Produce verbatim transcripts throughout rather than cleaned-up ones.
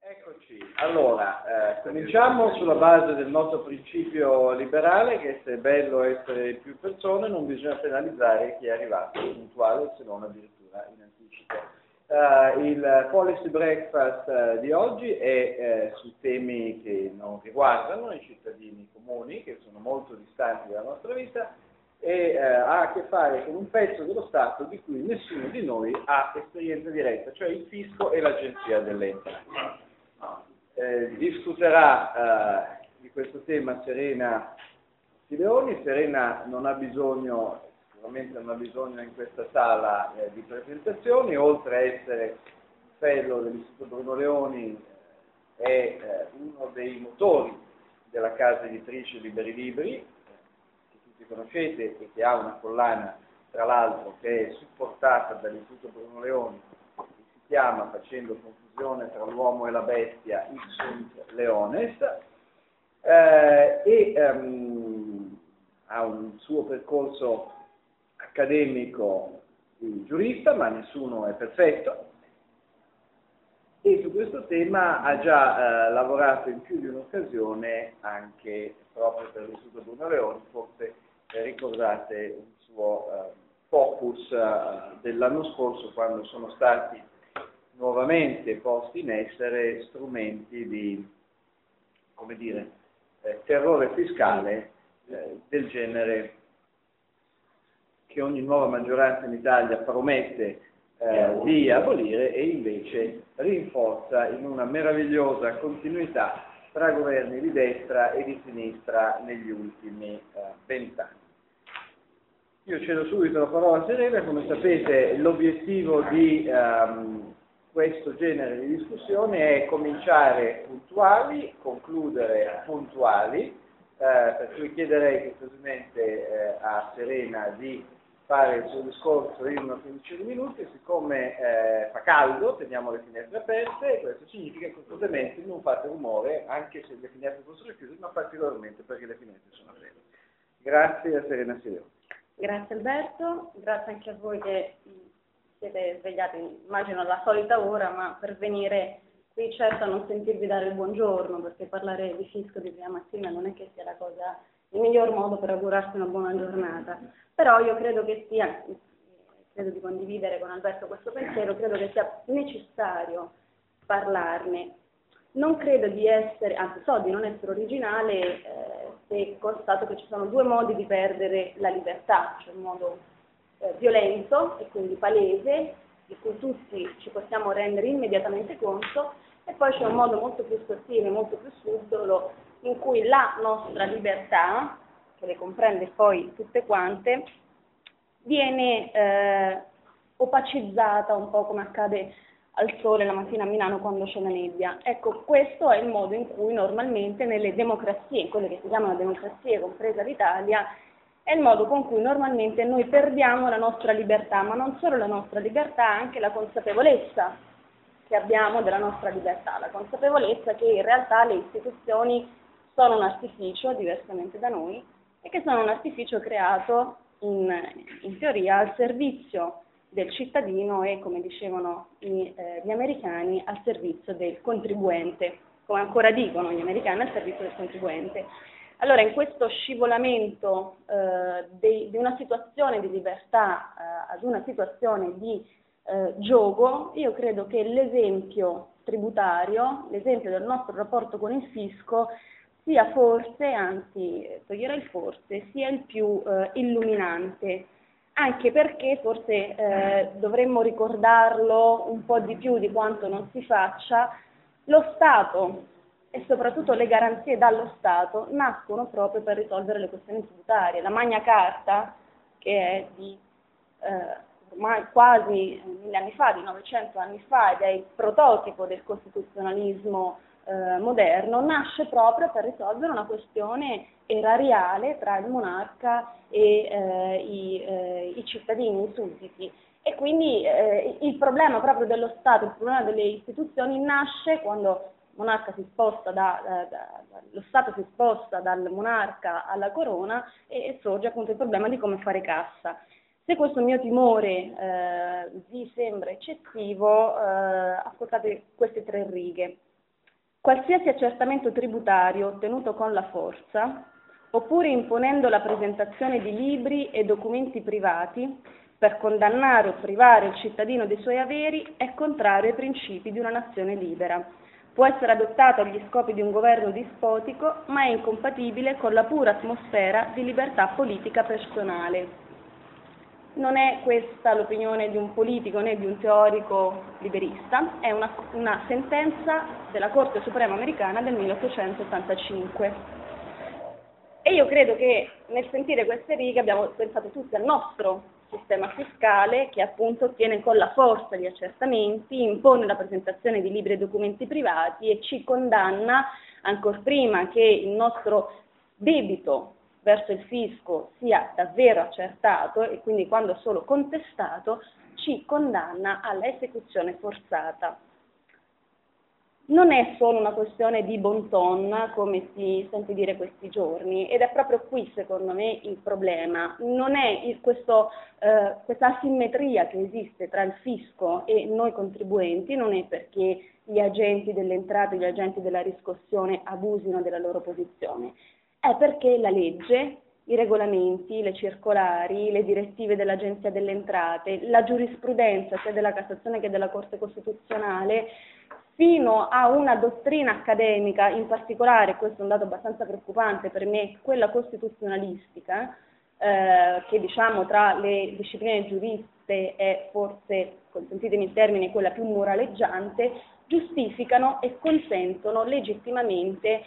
Eccoci, allora, eh, cominciamo sulla base del nostro principio liberale che se è bello essere più persone non bisogna penalizzare chi è arrivato puntuale se non addirittura in anticipo. Uh, il Policy Breakfast uh, di oggi è uh, su temi che non riguardano i cittadini comuni, che sono molto distanti dalla nostra vita, e uh, ha a che fare con un pezzo dello Stato di cui nessuno di noi ha esperienza diretta, cioè il fisco e l'agenzia delle entrate. Eh, discuterà uh, di questo tema Serena Sileoni. Serena non ha bisogno, sicuramente non ha bisogno in questa sala eh, di presentazioni, oltre a essere fellow dell'Istituto Bruno Leoni, eh, è eh, uno dei motori della casa editrice Liberi Libri, eh, che tutti conoscete e che ha una collana, tra l'altro, che è supportata dall'Istituto Bruno Leoni, che si chiama, facendo confusione tra l'uomo e la bestia, Ixunt Leones, eh, e um, ha un suo percorso accademico di giurista, ma nessuno è perfetto, e su questo tema ha già eh, lavorato in più di un'occasione anche proprio per l'Istituto Bruno Leoni. Forse eh, ricordate un suo eh, focus eh, dell'anno scorso, quando sono stati nuovamente posti in essere strumenti di, come dire, eh, terrore fiscale eh, del genere che ogni nuova maggioranza in Italia promette eh, di abolire e invece rinforza in una meravigliosa continuità tra governi di destra e di sinistra negli ultimi vent'anni. Eh, Io cedo subito la parola a Serena. Come sapete, l'obiettivo di ehm, questo genere di discussione è cominciare puntuali, concludere puntuali, eh, per cui chiederei cortesemente eh, a Serena di fare il suo discorso in una quindicina di minuti. Siccome eh, fa caldo, teniamo le finestre aperte, e questo significa che cortesemente non fate rumore, anche se le finestre fossero chiuse, ma particolarmente perché le finestre sono aperte. Grazie a Serena Sileoni. Grazie Alberto, grazie anche a voi che siete svegliati, immagino alla solita ora, ma per venire qui certo a non sentirvi dare il buongiorno, perché parlare di fisco di prima mattina non è che sia la cosa, il miglior modo per augurarsi una buona giornata. Però io credo che sia, credo di condividere con Alberto questo pensiero, credo che sia necessario parlarne. Non credo di essere, anzi so di non essere originale eh, se constato che ci sono due modi di perdere la libertà, cioè un modo eh, violento e quindi palese, di cui tutti ci possiamo rendere immediatamente conto, e poi c'è un modo molto più sottile, molto più subdolo, in cui la nostra libertà, che le comprende poi tutte quante, viene eh, opacizzata un po' come accade al sole la mattina a Milano quando c'è la nebbia. Ecco, questo è il modo in cui normalmente nelle democrazie, in quelle che si chiamano democrazie, compresa l'Italia, è il modo con cui normalmente noi perdiamo la nostra libertà, ma non solo la nostra libertà, anche la consapevolezza che abbiamo della nostra libertà, la consapevolezza che in realtà le istituzioni sono un artificio, diversamente da noi, e che sono un artificio creato in, in teoria al servizio del cittadino e, come dicevano i, eh, gli americani, al servizio del contribuente, come ancora dicono gli americani, al servizio del contribuente. Allora, in questo scivolamento eh, di, di una situazione di libertà eh, ad una situazione di eh, gioco, io credo che l'esempio tributario, l'esempio del nostro rapporto con il fisco, sia forse, anzi toglierei il forse, sia il più eh, illuminante, anche perché forse eh, dovremmo ricordarlo un po' di più di quanto non si faccia. Lo Stato e soprattutto le garanzie dallo Stato nascono proprio per risolvere le questioni tributarie. La Magna Carta, che è di eh, ormai quasi mille anni fa, di novecento anni fa, ed è il prototipo del costituzionalismo Eh, moderno, nasce proprio per risolvere una questione erariale tra il monarca e eh, i, eh, i cittadini, i sudditi. E quindi eh, il problema proprio dello Stato, il problema delle istituzioni nasce quando il monarca si sposta da, da, da, lo Stato si sposta dal monarca alla corona e sorge appunto il problema di come fare cassa. Se questo mio timore eh, vi sembra eccessivo, eh, ascoltate queste tre righe. qualsiasi accertamento tributario ottenuto con la forza, oppure imponendo la presentazione di libri e documenti privati per condannare o privare il cittadino dei suoi averi, è contrario ai principi di una nazione libera. Può essere adottato agli scopi di un governo dispotico, ma è incompatibile con la pura atmosfera di libertà politica personale. Non è questa l'opinione di un politico né di un teorico liberista, è una, una sentenza della Corte Suprema americana del milleottocentottantacinque. E io credo che nel sentire queste righe abbiamo pensato tutti al nostro sistema fiscale, che appunto ottiene con la forza gli accertamenti, impone la presentazione di libri e documenti privati e ci condanna, ancor prima che il nostro debito verso il fisco sia davvero accertato e quindi quando solo contestato, ci condanna alla esecuzione forzata. Non è solo una questione di bon ton, come si sente dire questi giorni, ed è proprio qui, secondo me, il problema. Non è il, questo, eh, questa asimmetria che esiste tra il fisco e noi contribuenti, non è perché gli agenti delle entrate, gli agenti della riscossione abusino della loro posizione, è perché la legge, i regolamenti, le circolari, le direttive dell'Agenzia delle Entrate, la giurisprudenza sia della Cassazione che della Corte Costituzionale, fino a una dottrina accademica, in particolare, questo è un dato abbastanza preoccupante per me, quella costituzionalistica, eh, che diciamo tra le discipline giuriste è forse, consentitemi il termine, quella più moraleggiante, giustificano e consentono legittimamente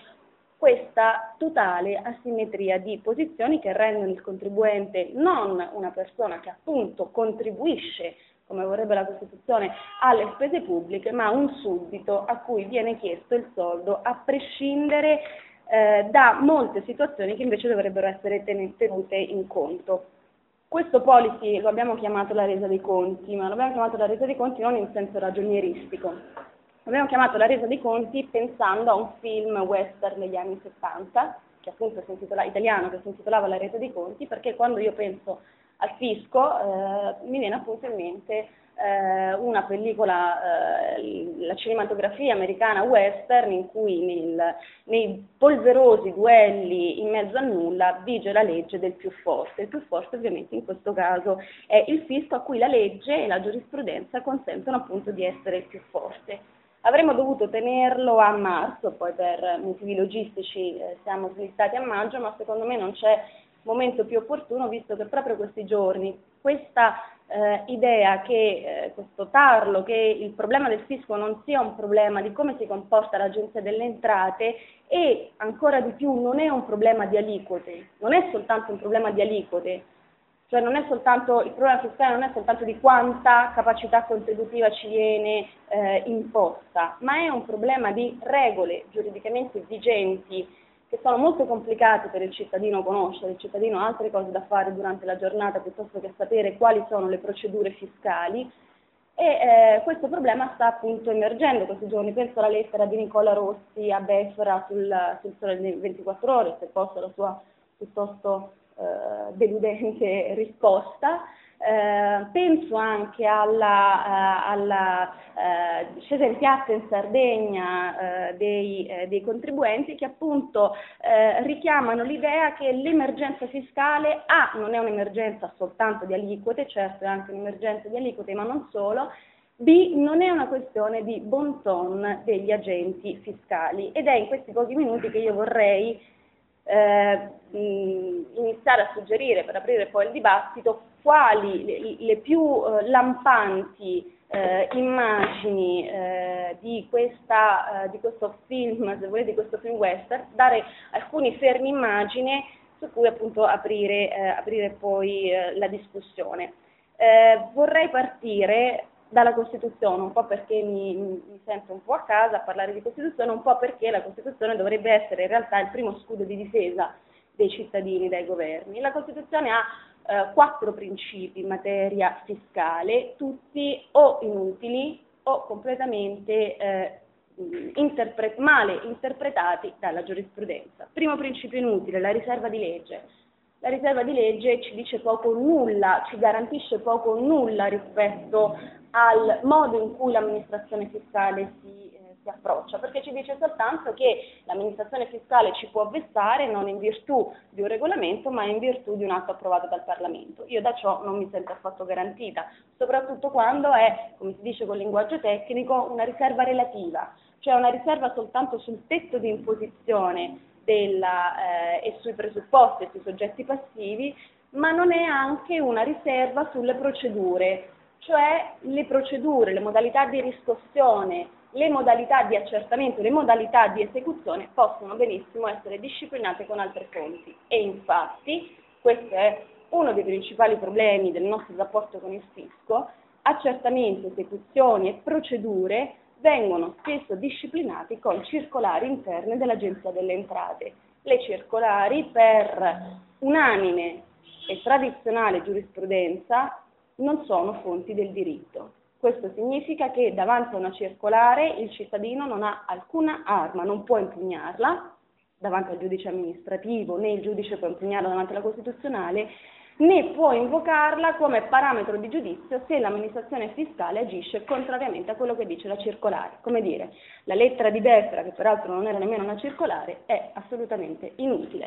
questa totale asimmetria di posizioni che rendono il contribuente non una persona che appunto contribuisce, come vorrebbe la Costituzione, alle spese pubbliche, ma un suddito a cui viene chiesto il soldo a prescindere eh, da molte situazioni che invece dovrebbero essere tenute in conto. Questo policy lo abbiamo chiamato la resa dei conti, ma lo abbiamo chiamato la resa dei conti non in senso ragionieristico. Abbiamo chiamato la resa dei conti pensando a un film western degli anni settanta, che appunto si intitolava, italiano, che si intitolava La resa dei conti, perché quando io penso al fisco eh, mi viene appunto in mente eh, una pellicola, eh, la cinematografia americana western, in cui nel, nei polverosi duelli in mezzo a nulla vige la legge del più forte. Il più forte ovviamente in questo caso è il fisco, a cui la legge e la giurisprudenza consentono appunto di essere il più forte. Avremmo dovuto tenerlo a marzo, poi per motivi logistici eh, siamo slistati a maggio, ma secondo me non c'è momento più opportuno, visto che proprio questi giorni questa eh, idea che, eh, questo tarlo, che il problema del fisco non sia un problema di come si comporta l'Agenzia delle Entrate e ancora di più non è un problema di aliquote, non è soltanto un problema di aliquote, cioè non è soltanto, il problema fiscale non è soltanto di quanta capacità contributiva ci viene eh, imposta, ma è un problema di regole giuridicamente vigenti che sono molto complicate per il cittadino conoscere. Il cittadino ha altre cose da fare durante la giornata piuttosto che sapere quali sono le procedure fiscali e eh, questo problema sta appunto emergendo questi giorni. Penso alla lettera di Nicola Rossi a Befera sul, sul Sole ventiquattro Ore, se posso la sua piuttosto Uh, deludente risposta. Uh, penso anche alla, uh, alla uh, scesa in piazza in Sardegna uh, dei, uh, dei contribuenti che appunto uh, richiamano l'idea che l'emergenza fiscale A non è un'emergenza soltanto di aliquote, certo è anche un'emergenza di aliquote, ma non solo, B non è una questione di bon ton degli agenti fiscali, ed è in questi pochi minuti che io vorrei Eh, iniziare a suggerire, per aprire poi il dibattito, quali le, le più eh, lampanti eh, immagini eh, di, questa, eh, di questo film, se volete, di questo film western, dare alcuni fermi immagini su cui appunto aprire, eh, aprire poi eh, la discussione. Eh, vorrei partire dalla Costituzione, un po' perché mi, mi sento un po' a casa a parlare di Costituzione, un po' perché la Costituzione dovrebbe essere in realtà il primo scudo di difesa dei cittadini dai governi. La Costituzione ha eh, quattro principi in materia fiscale, tutti o inutili o completamente eh, interpre- male interpretati dalla giurisprudenza. Primo principio inutile, la riserva di legge. La riserva di legge ci dice poco o nulla, ci garantisce poco o nulla rispetto al modo in cui l'amministrazione fiscale si, eh, si approccia, perché ci dice soltanto che l'amministrazione fiscale ci può vessare non in virtù di un regolamento, ma in virtù di un atto approvato dal Parlamento. Io da ciò non mi sento affatto garantita, soprattutto quando è, come si dice con linguaggio tecnico, una riserva relativa, cioè una riserva soltanto sul tetto di imposizione della, eh, e sui presupposti e sui soggetti passivi, ma non è anche una riserva sulle procedure, cioè le procedure, le modalità di riscossione, le modalità di accertamento, le modalità di esecuzione possono benissimo essere disciplinate con altre fonti. E infatti questo è uno dei principali problemi del nostro rapporto con il fisco: accertamenti, esecuzioni e procedure vengono spesso disciplinati con circolari interne dell'Agenzia delle Entrate. Le circolari, per unanime e tradizionale giurisprudenza, non sono fonti del diritto. Questo significa che davanti a una circolare il cittadino non ha alcuna arma, non può impugnarla davanti al giudice amministrativo, né il giudice può impugnarla davanti alla Costituzionale, né può invocarla come parametro di giudizio se l'amministrazione fiscale agisce contrariamente a quello che dice la circolare. Come dire, la lettera di Befera, che peraltro non era nemmeno una circolare, è assolutamente inutile,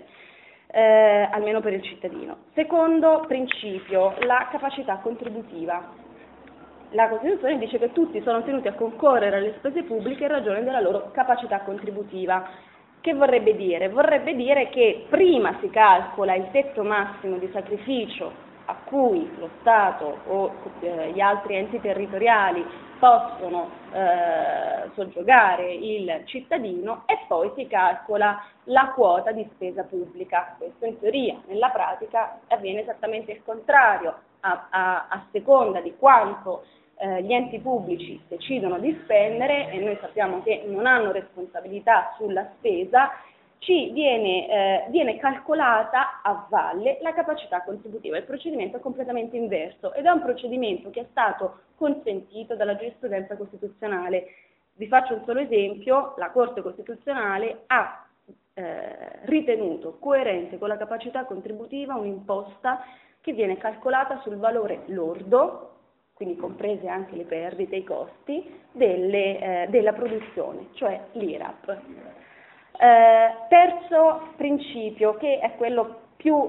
eh, almeno per il cittadino. Secondo principio, la capacità contributiva. La Costituzione dice che tutti sono tenuti a concorrere alle spese pubbliche in ragione della loro capacità contributiva. Che vorrebbe dire? Vorrebbe dire che prima si calcola il tetto massimo di sacrificio a cui lo Stato o eh, gli altri enti territoriali possono eh, soggiogare il cittadino, e poi si calcola la quota di spesa pubblica. Questo in teoria, nella pratica avviene esattamente il contrario, a, a, a seconda di quanto Eh, gli enti pubblici decidono di spendere, e noi sappiamo che non hanno responsabilità sulla spesa, ci viene, eh, viene calcolata a valle la capacità contributiva. Il procedimento è completamente inverso ed è un procedimento che è stato consentito dalla giurisprudenza costituzionale. Vi faccio un solo esempio: la Corte Costituzionale ha eh, ritenuto coerente con la capacità contributiva un'imposta che viene calcolata sul valore lordo, quindi comprese anche le perdite e i costi, delle, eh, della produzione, cioè l'I R A P. Eh, terzo principio, che è quello più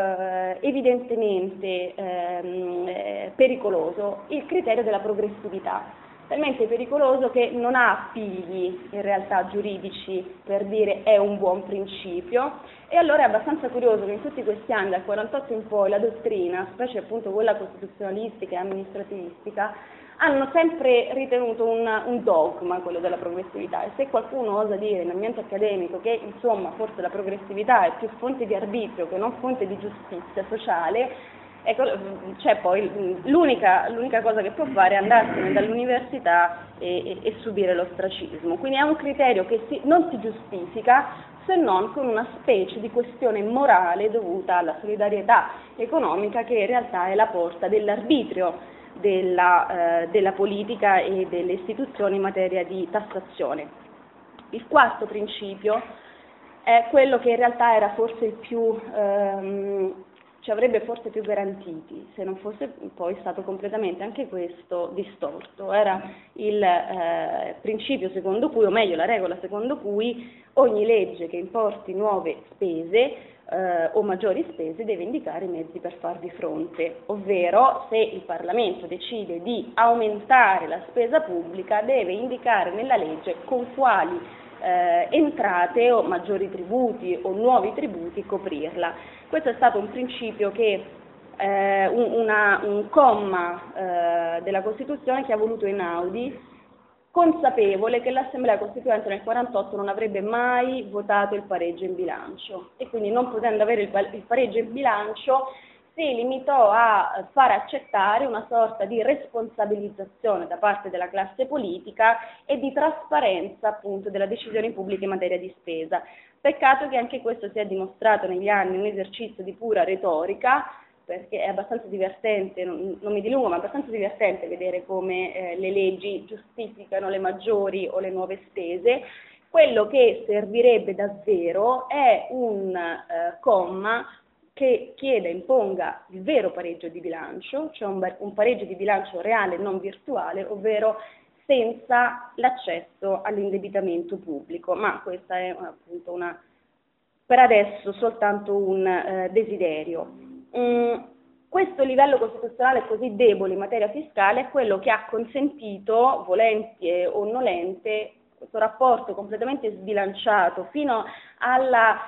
eh, evidentemente ehm, eh, pericoloso, il criterio della progressività. Talmente pericoloso che non ha appigli in realtà giuridici per dire è un buon principio, e allora è abbastanza curioso che in tutti questi anni, dal quarantotto in poi, la dottrina, specie appunto quella costituzionalistica e amministrativistica, hanno sempre ritenuto un, un dogma quello della progressività, e se qualcuno osa dire in ambiente accademico che insomma forse la progressività è più fonte di arbitrio che non fonte di giustizia sociale, ecco, c'è poi l'unica, l'unica cosa che può fare è andarsene dall'università e, e, e subire l'ostracismo. Quindi è un criterio che si, non si giustifica se non con una specie di questione morale dovuta alla solidarietà economica, che in realtà è la porta dell'arbitrio della, eh, della politica e delle istituzioni in materia di tassazione. Il quarto principio è quello che in realtà era forse il più ehm, ci avrebbe forse più garantiti, se non fosse poi stato completamente anche questo distorto. Era il eh, principio secondo cui, o meglio la regola secondo cui, ogni legge che importi nuove spese eh, o maggiori spese deve indicare i mezzi per farvi fronte, ovvero se il Parlamento decide di aumentare la spesa pubblica deve indicare nella legge con quali Eh, entrate o maggiori tributi o nuovi tributi coprirla. Questo è stato un principio che eh, un, una, un comma eh, della Costituzione che ha voluto Einaudi, consapevole che l'Assemblea Costituente nel quarantotto non avrebbe mai votato il pareggio in bilancio, e quindi non potendo avere il, il pareggio in bilancio si limitò a far accettare una sorta di responsabilizzazione da parte della classe politica e di trasparenza appunto della decisione pubblica in materia di spesa. Peccato che anche questo si è dimostrato negli anni un esercizio di pura retorica, perché è abbastanza divertente, non, non mi dilungo, ma è abbastanza divertente vedere come eh, le leggi giustificano le maggiori o le nuove spese. Quello che servirebbe davvero è un eh, comma che chieda e imponga il vero pareggio di bilancio, cioè un, un pareggio di bilancio reale, non virtuale, ovvero senza l'accesso all'indebitamento pubblico, ma questa è appunto una, per adesso soltanto un eh, desiderio. Mm, questo livello costituzionale così debole in materia fiscale è quello che ha consentito, volente o nolente, questo rapporto completamente sbilanciato fino alla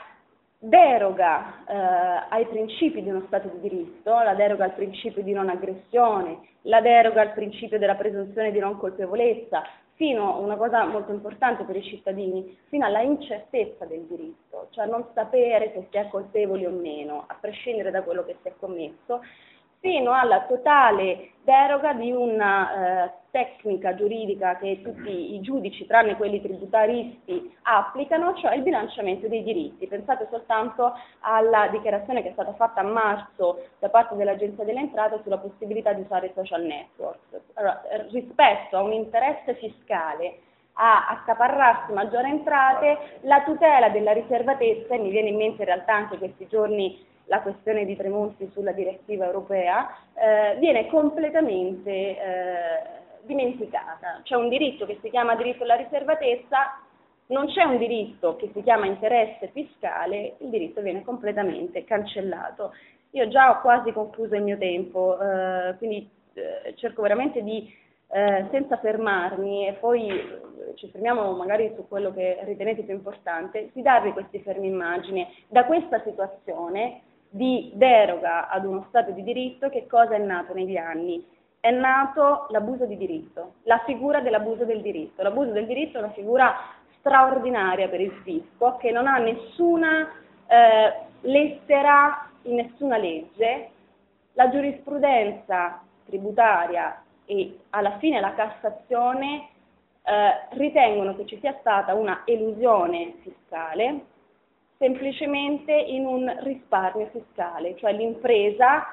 deroga eh, ai principi di uno Stato di diritto, la deroga al principio di non aggressione, la deroga al principio della presunzione di non colpevolezza, fino a una cosa molto importante per i cittadini, fino alla incertezza del diritto, cioè non sapere se si è colpevoli o meno, a prescindere da quello che si è commesso, fino alla totale deroga di una eh, tecnica giuridica che tutti i giudici, tranne quelli tributaristi, applicano, cioè il bilanciamento dei diritti. Pensate soltanto alla dichiarazione che è stata fatta a marzo da parte dell'Agenzia delle Entrate sulla possibilità di usare i social network. Allora, rispetto a un interesse fiscale a accaparrarsi maggiori entrate, la tutela della riservatezza, e mi viene in mente in realtà anche questi giorni la questione di Tremonti sulla direttiva europea, eh, viene completamente eh, dimenticata. C'è un diritto che si chiama diritto alla riservatezza, non c'è un diritto che si chiama interesse fiscale, il diritto viene completamente cancellato. Io già ho quasi concluso il mio tempo, eh, quindi eh, cerco veramente di, eh, senza fermarmi, e poi ci fermiamo magari su quello che ritenete più importante, di darvi questi fermi immagini. Da questa situazione di deroga ad uno Stato di diritto, che cosa è nato negli anni? È nato l'abuso di diritto, la figura dell'abuso del diritto. L'abuso del diritto è una figura straordinaria per il fisco, che non ha nessuna eh, lettera in nessuna legge. La giurisprudenza tributaria e alla fine la Cassazione eh, ritengono che ci sia stata una elusione fiscale semplicemente in un risparmio fiscale, cioè l'impresa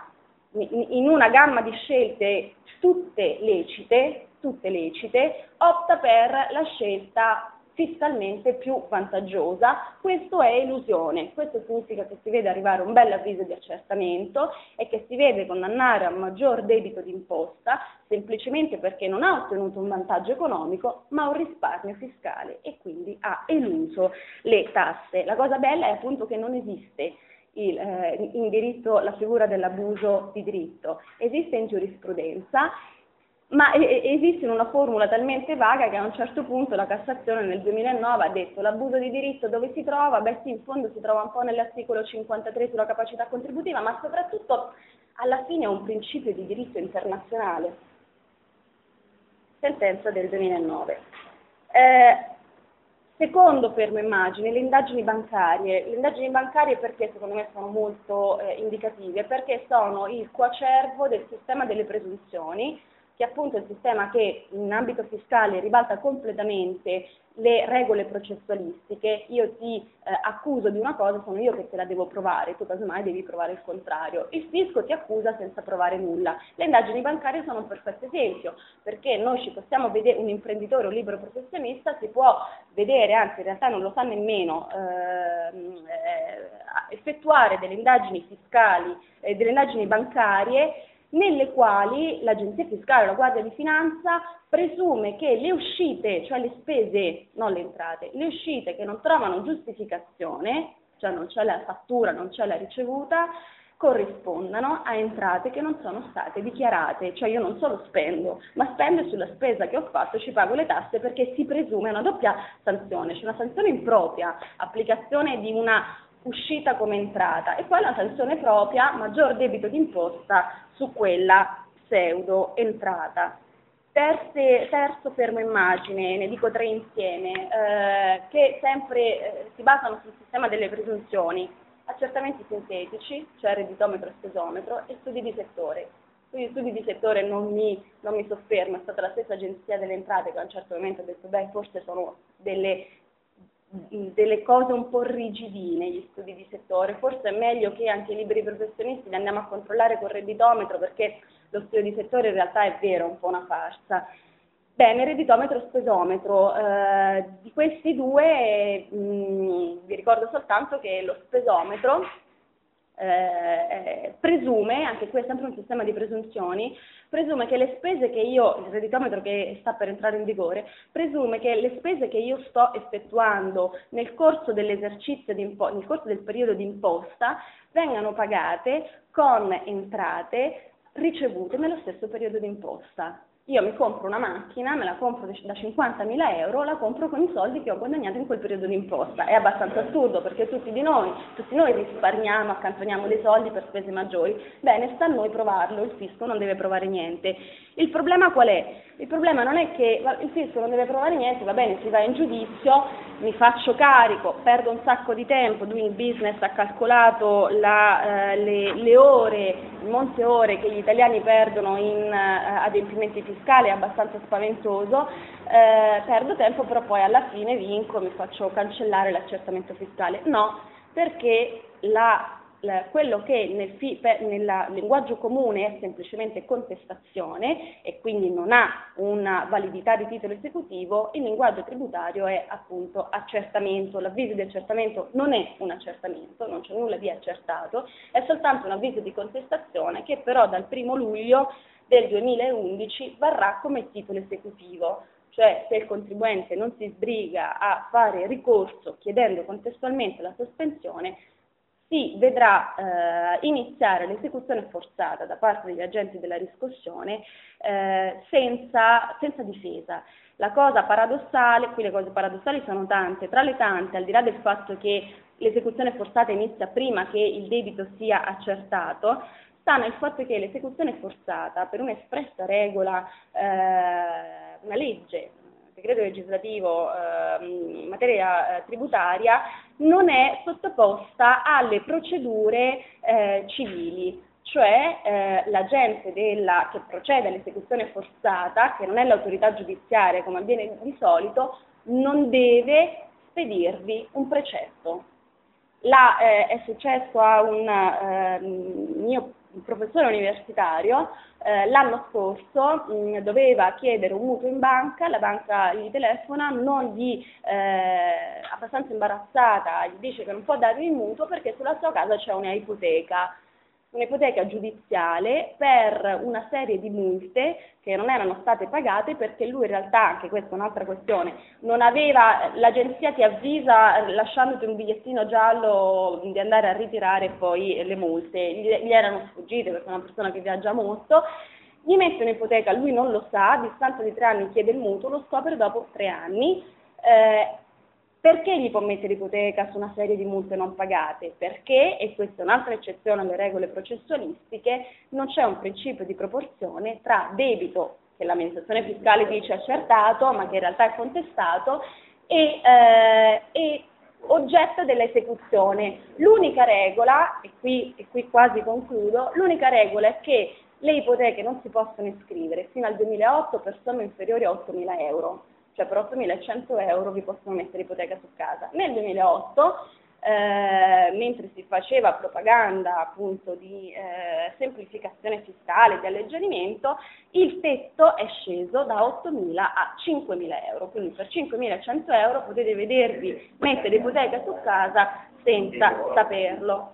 in una gamma di scelte tutte lecite, tutte lecite, opta per la scelta fiscalmente più vantaggiosa. Questo è elusione, questo significa che si vede arrivare un bel avviso di accertamento e che si vede condannare a maggior debito d'imposta semplicemente perché non ha ottenuto un vantaggio economico ma un risparmio fiscale e quindi ha eluso le tasse. La cosa bella è appunto che non esiste il, eh, in diritto la figura dell'abuso di diritto, esiste in giurisprudenza, ma esiste una formula talmente vaga che a un certo punto la Cassazione nel duemilanove ha detto l'abuso di diritto dove si trova? Beh sì, in fondo si trova un po' nell'articolo cinquantatré sulla capacità contributiva, ma soprattutto alla fine è un principio di diritto internazionale. Sentenza del duemilanove. Eh, secondo fermo immagine, le indagini bancarie. Le indagini bancarie perché secondo me sono molto eh, indicative? Perché sono il coacervo del sistema delle presunzioni, che è appunto il sistema che in ambito fiscale ribalta completamente le regole processualistiche. Io ti eh, accuso di una cosa, sono io che te la devo provare, tu casomai devi provare il contrario. Il fisco ti accusa senza provare nulla. Le indagini bancarie sono un perfetto esempio, perché noi ci possiamo vedere, un imprenditore, un libero professionista si può vedere, anzi in realtà non lo sa nemmeno, eh, eh, effettuare delle indagini fiscali, eh, delle indagini bancarie, nelle quali l'Agenzia Fiscale o la Guardia di Finanza presume che le uscite, cioè le spese, non le entrate, le uscite che non trovano giustificazione, cioè non c'è la fattura, non c'è la ricevuta, corrispondano a entrate che non sono state dichiarate, cioè io non solo spendo, ma spendo sulla spesa che ho fatto, ci pago le tasse perché si presume una doppia sanzione, c'è una sanzione impropria, applicazione di una uscita come entrata e poi la sanzione propria, maggior debito d'imposta su quella pseudo entrata. Terze, terzo fermo immagine, ne dico tre insieme, eh, che sempre eh, si basano sul sistema delle presunzioni, accertamenti sintetici, cioè redditometro e spesometro, e studi di settore. Sugli studi di settore non mi, non mi soffermo, è stata la stessa Agenzia delle Entrate che a un certo momento ha detto beh forse sono delle delle cose un po' rigidine gli studi di settore, forse è meglio che anche i liberi professionisti li andiamo a controllare col redditometro perché lo studio di settore in realtà è vero, è un po' una farsa. Bene, redditometro e spesometro, eh, di questi due mh, vi ricordo soltanto che lo spesometro eh, presume, anche qui è sempre un sistema di presunzioni, presume che le spese che io, il redditometro che sta per entrare in vigore, presume che le spese che io sto effettuando nel corso dell'esercizio di impo- nel corso del periodo di imposta vengano pagate con entrate ricevute nello stesso periodo di imposta. Io mi compro una macchina, me la compro da cinquantamila euro, la compro con i soldi che ho guadagnato in quel periodo di imposta. È abbastanza assurdo perché tutti di noi, tutti noi risparmiamo, accantoniamo dei soldi per spese maggiori. Bene, sta a noi provarlo, il fisco non deve provare niente. Il problema qual è? Il problema non è che il fisco non deve provare niente, va bene, si va in giudizio, mi faccio carico, perdo un sacco di tempo, Doing Business ha calcolato la, eh, le, le ore, molte ore che gli italiani perdono in eh, adempimenti fiscali, è abbastanza spaventoso, eh, perdo tempo però poi alla fine vinco, mi faccio cancellare l'accertamento fiscale. No, perché la quello che nel, fi, nel linguaggio comune è semplicemente contestazione e quindi non ha una validità di titolo esecutivo, il linguaggio tributario è appunto accertamento. L'avviso di accertamento non è un accertamento, non c'è nulla di accertato, è soltanto un avviso di contestazione che però dal primo luglio del duemilaundici varrà come titolo esecutivo. Cioè se il contribuente non si sbriga a fare ricorso chiedendo contestualmente la sospensione, si vedrà eh, iniziare l'esecuzione forzata da parte degli agenti della riscossione eh, senza, senza difesa. La cosa paradossale, qui le cose paradossali sono tante, tra le tante, al di là del fatto che l'esecuzione forzata inizia prima che il debito sia accertato, sta nel fatto che l'esecuzione forzata, per un'espressa regola, eh, una legge, decreto legislativo eh, in materia eh, tributaria, non è sottoposta alle procedure eh, civili, cioè eh, l'agente della, che procede all'esecuzione forzata, che non è l'autorità giudiziaria come avviene di solito, non deve spedirvi un precetto. Là, eh, è successo a un eh, mio professore universitario, eh, l'anno scorso mh, doveva chiedere un mutuo in banca, la banca gli telefona, non gli, eh, abbastanza imbarazzata, gli dice che non può dargli il mutuo perché sulla sua casa c'è una ipoteca. Un'ipoteca giudiziale per una serie di multe che non erano state pagate perché lui in realtà, anche questa è un'altra questione, non aveva, l'agenzia ti avvisa lasciandoti un bigliettino giallo di andare a ritirare poi le multe, gli, gli erano sfuggite perché è una persona che viaggia molto, gli mette un'ipoteca, lui non lo sa, a distanza di tre anni chiede il mutuo, lo scopre dopo tre anni. Eh, Perché gli può mettere ipoteca su una serie di multe non pagate? Perché, e questa è un'altra eccezione alle regole processualistiche, non c'è un principio di proporzione tra debito, che l'amministrazione fiscale dice accertato, ma che in realtà è contestato, e, eh, e oggetto dell'esecuzione. L'unica regola, e qui, e qui quasi concludo, l'unica regola è che le ipoteche non si possono iscrivere fino al duemilaotto per somme inferiori a ottomila euro. Cioè per ottomilacento euro vi possono mettere ipoteca su casa. Nel duemilaotto, eh, mentre si faceva propaganda appunto di eh, semplificazione fiscale, di alleggerimento, il tetto è sceso da ottomila a cinquemila euro, quindi per cinquemilacento euro potete vedervi mettere ipoteca su casa senza saperlo.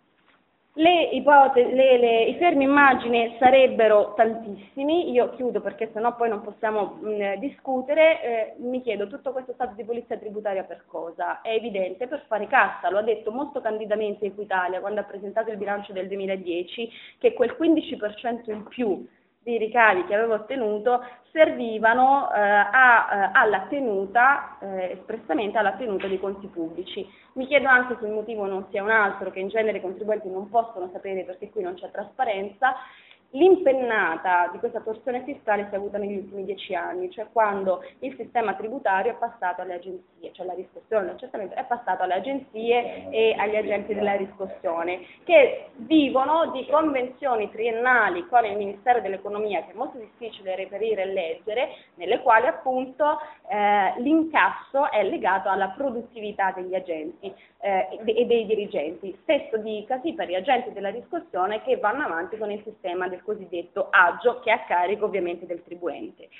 Le ipotesi, le, le, i fermi immagine sarebbero tantissimi, io chiudo perché sennò poi non possiamo mh, discutere, eh, mi chiedo tutto questo stato di polizia tributaria per cosa? È evidente, per fare cassa, lo ha detto molto candidamente Equitalia quando ha presentato il bilancio del duemiladieci, che quel quindici per cento in più di ricavi che aveva ottenuto servivano eh, a, eh, alla tenuta, eh, espressamente alla tenuta dei conti pubblici. Mi chiedo anche se il motivo non sia un altro, che in genere i contribuenti non possono sapere perché qui non c'è trasparenza. L'impennata di questa torsione fiscale si è avuta negli ultimi dieci anni, cioè quando il sistema tributario è passato alle agenzie, cioè la riscossione, l'accertamento è passato alle agenzie e agli agenti della riscossione, che vivono di convenzioni triennali con il Ministero dell'Economia, che è molto difficile reperire e leggere, nelle quali appunto eh, l'incasso è legato alla produttività degli agenti eh, e dei dirigenti. Stesso dicasi per gli agenti della riscossione che vanno avanti con il sistema del cosiddetto aggio, che è a carico ovviamente del tribuente.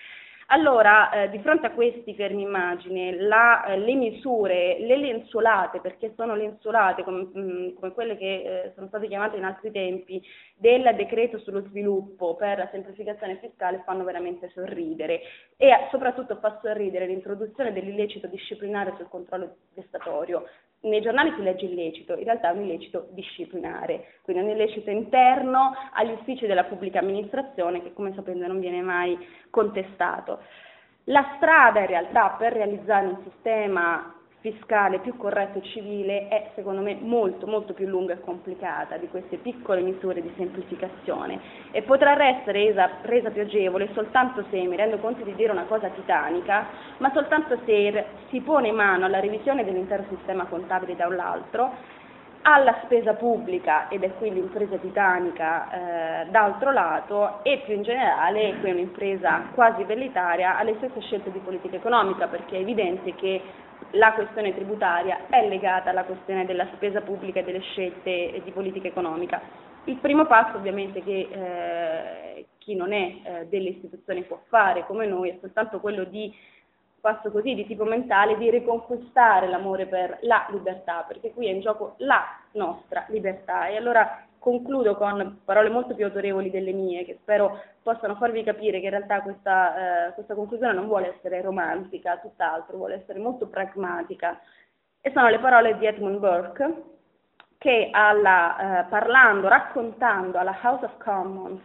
Allora, eh, di fronte a questi fermi immagine, la, eh, le misure, le lenzuolate, perché sono lenzuolate come, mh, come quelle che eh, sono state chiamate in altri tempi, del decreto sullo sviluppo per la semplificazione fiscale, fanno veramente sorridere, e soprattutto fa sorridere l'introduzione dell'illecito disciplinare sul controllo vestatorio. Nei giornali si legge illecito, in realtà è un illecito disciplinare, quindi un illecito interno agli uffici della pubblica amministrazione che, come sapete, non viene mai contestato. La strada in realtà per realizzare un sistema fiscale più corretto e civile è secondo me molto molto più lunga e complicata di queste piccole misure di semplificazione e potrà essere resa, resa più agevole soltanto se, mi rendo conto di dire una cosa titanica, ma soltanto se si pone mano alla revisione dell'intero sistema contabile da un lato, alla spesa pubblica, ed è qui l'impresa titanica eh, d'altro lato, e più in generale, qui è un'impresa quasi velleitaria, alle stesse scelte di politica economica, perché è evidente che la questione tributaria è legata alla questione della spesa pubblica e delle scelte di politica economica. Il primo passo ovviamente che eh, chi non è eh, delle istituzioni può fare come noi è soltanto quello di, passo così di tipo mentale, di riconquistare l'amore per la libertà, perché qui è in gioco la nostra libertà. E allora concludo con parole molto più autorevoli delle mie, che spero possano farvi capire che in realtà questa, eh, questa conclusione non vuole essere romantica, tutt'altro, vuole essere molto pragmatica. E sono le parole di Edmund Burke, che alla, eh, parlando, raccontando alla House of Commons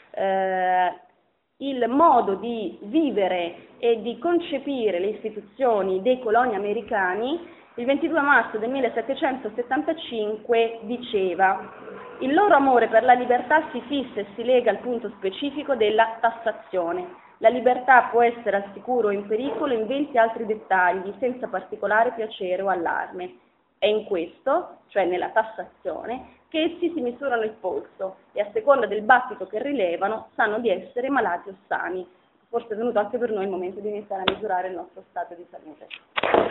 eh, il modo di vivere e di concepire le istituzioni dei coloni americani, il ventidue marzo del millesettecentosettantacinque diceva: il loro amore per la libertà si fissa e si lega al punto specifico della tassazione. La libertà può essere al sicuro o in pericolo in venti altri dettagli, senza particolare piacere o allarme. È in questo, cioè nella tassazione, che essi si misurano il polso e a seconda del battito che rilevano sanno di essere malati o sani. Forse è venuto anche per noi il momento di iniziare a misurare il nostro stato di salute.